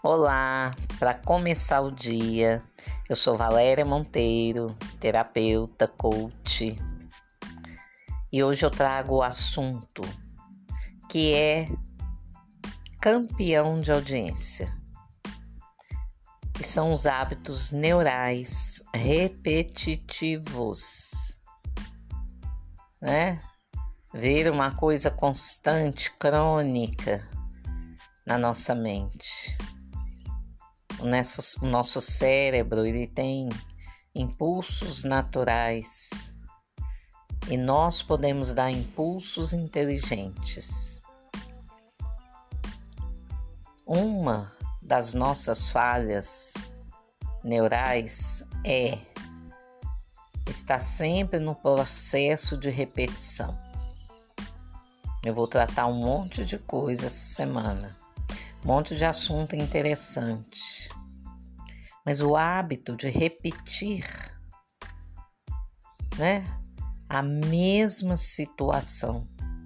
Olá, para começar o dia, eu sou Valéria Monteiro, terapeuta, coach, e hoje eu trago o assunto que é campeão de audiência, que são os hábitos neurais repetitivos, né? Ver uma coisa constante, crônica na nossa mente. O nosso cérebro, ele tem impulsos naturais e nós podemos dar impulsos inteligentes. Uma das nossas falhas neurais é estar sempre no processo de repetição. Eu vou tratar um monte de coisa essa semana, um monte de assunto interessante. Mas o hábito de repetir, né, a mesma situação.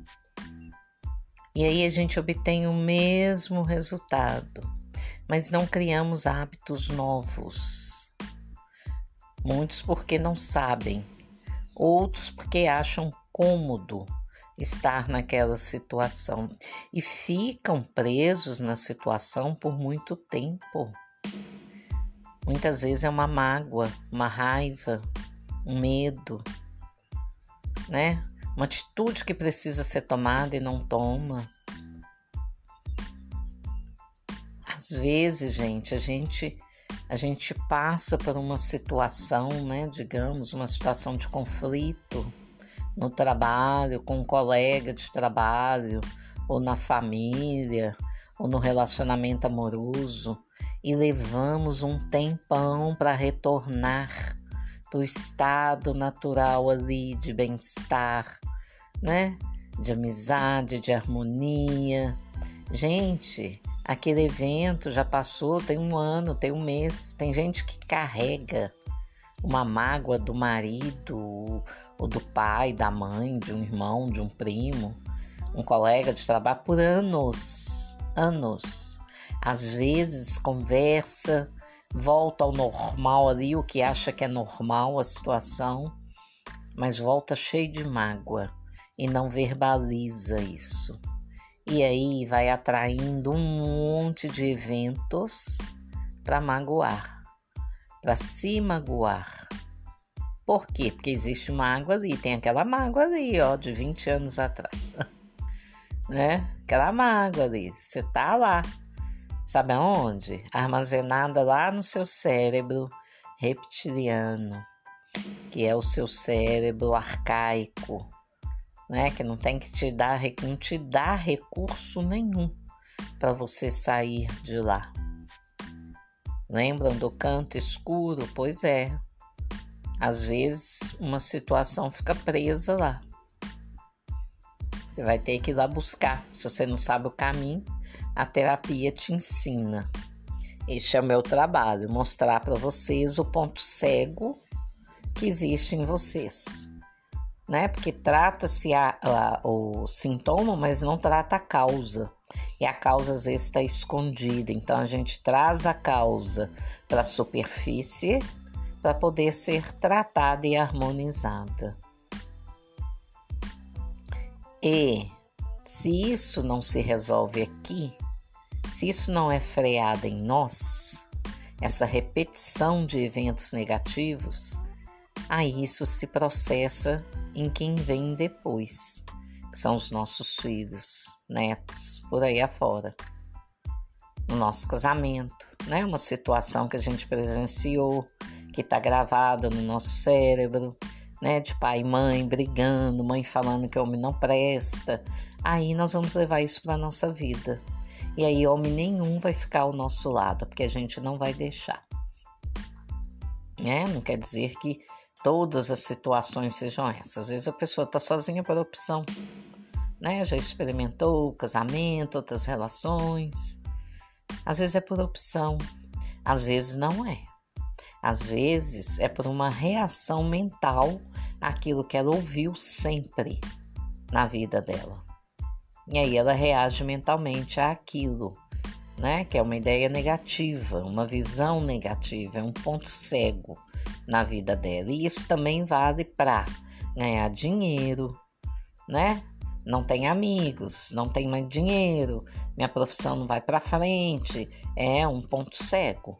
E aí a gente obtém o mesmo resultado, mas não criamos hábitos novos. Muitos porque não sabem, outros porque acham cômodo estar naquela situação e ficam presos na situação por muito tempo. Muitas vezes é uma mágoa, uma raiva, um medo, né? Uma atitude que precisa ser tomada e não toma. Às vezes, gente, a gente passa por uma situação, né? Digamos, uma situação de conflito no trabalho, com um colega de trabalho, ou na família, ou no relacionamento amoroso, e levamos um tempão para retornar para o estado natural ali de bem-estar, né? De amizade, de harmonia. Gente, aquele evento já passou, tem um ano, tem um mês. Tem gente que carrega uma mágoa do marido, ou do pai, da mãe, de um irmão, de um primo, um colega de trabalho por anos. Às vezes conversa, volta ao normal ali, o que acha que é normal a situação, mas volta cheio de mágoa e não verbaliza isso. E aí vai atraindo um monte de eventos para magoar, para se magoar. Por quê? Porque existe uma mágoa ali, tem aquela mágoa ali, ó, de 20 anos atrás, né? Aquela mágoa ali, você tá lá. Sabe aonde? Armazenada lá no seu cérebro reptiliano, que é o seu cérebro arcaico, né? Que não tem que não te dá recurso nenhum para você sair de lá. Lembram do canto escuro? Pois é. Às vezes uma situação fica presa lá. Você vai ter que ir lá buscar. Se você não sabe o caminho, a terapia te ensina. Este é o meu trabalho, mostrar para vocês o ponto cego que existe em vocês, né? Porque trata-se o sintoma, mas não trata a causa. E a causa às vezes está escondida. Então a gente traz a causa para a superfície para poder ser tratada e harmonizada. E se isso não se resolve aqui, se isso não é freado em nós, essa repetição de eventos negativos, aí isso se processa em quem vem depois, que são os nossos filhos, netos, por aí afora. No nosso casamento, né? Uma situação que a gente presenciou, que está gravada no nosso cérebro, né? De pai e mãe brigando, mãe falando que o homem não presta. Aí nós vamos levar isso para a nossa vida. E aí homem nenhum vai ficar ao nosso lado, porque a gente não vai deixar. Não quer dizer que todas as situações sejam essas. Às vezes a pessoa está sozinha por opção, né? Já experimentou o casamento, outras relações. Às vezes é por opção, às vezes não é. Às vezes é por uma reação mental àquilo que ela ouviu sempre na vida dela. E aí ela reage mentalmente àquilo. né? Que é uma ideia negativa, uma visão negativa, é um ponto cego na vida dela. E isso também vale para ganhar dinheiro, né? Não tem amigos, não tem mais dinheiro, minha profissão não vai para frente, é um ponto cego.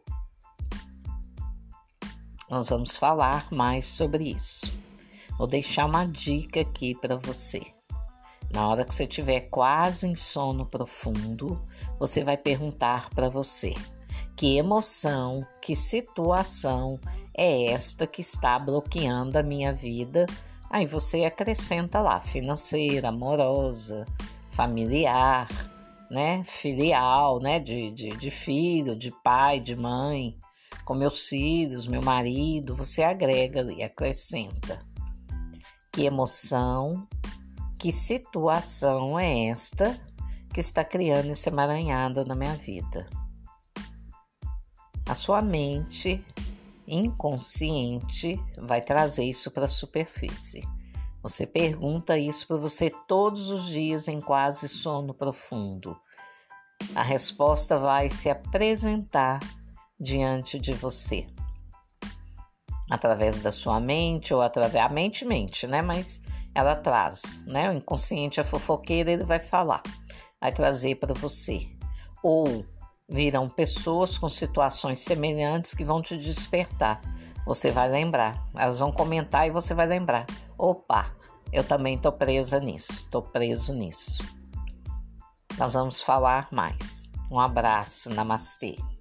Nós vamos falar mais sobre isso. Vou deixar uma dica aqui para você. Na hora que você estiver quase em sono profundo, você vai perguntar para você: que emoção, que situação é esta que está bloqueando a minha vida? Aí você acrescenta lá: financeira, amorosa, familiar, né? Filial, né? De filho, de pai, de mãe, com meus filhos, meu marido. Você agrega ali, acrescenta. Que emoção, que situação é esta que está criando esse emaranhado na minha vida? A sua mente inconsciente vai trazer isso para a superfície. Você pergunta isso para você todos os dias em quase sono profundo. A resposta vai se apresentar diante de você. Através da sua mente ou através... A mente mente, né? Mas ela traz, né? O inconsciente é fofoqueiro, ele vai falar. Vai trazer para você. Ou virão pessoas com situações semelhantes que vão te despertar. Você vai lembrar. Elas vão comentar e você vai lembrar. Opa, eu também estou presa nisso. Estou preso nisso. Nós vamos falar mais. Um abraço. Namastê.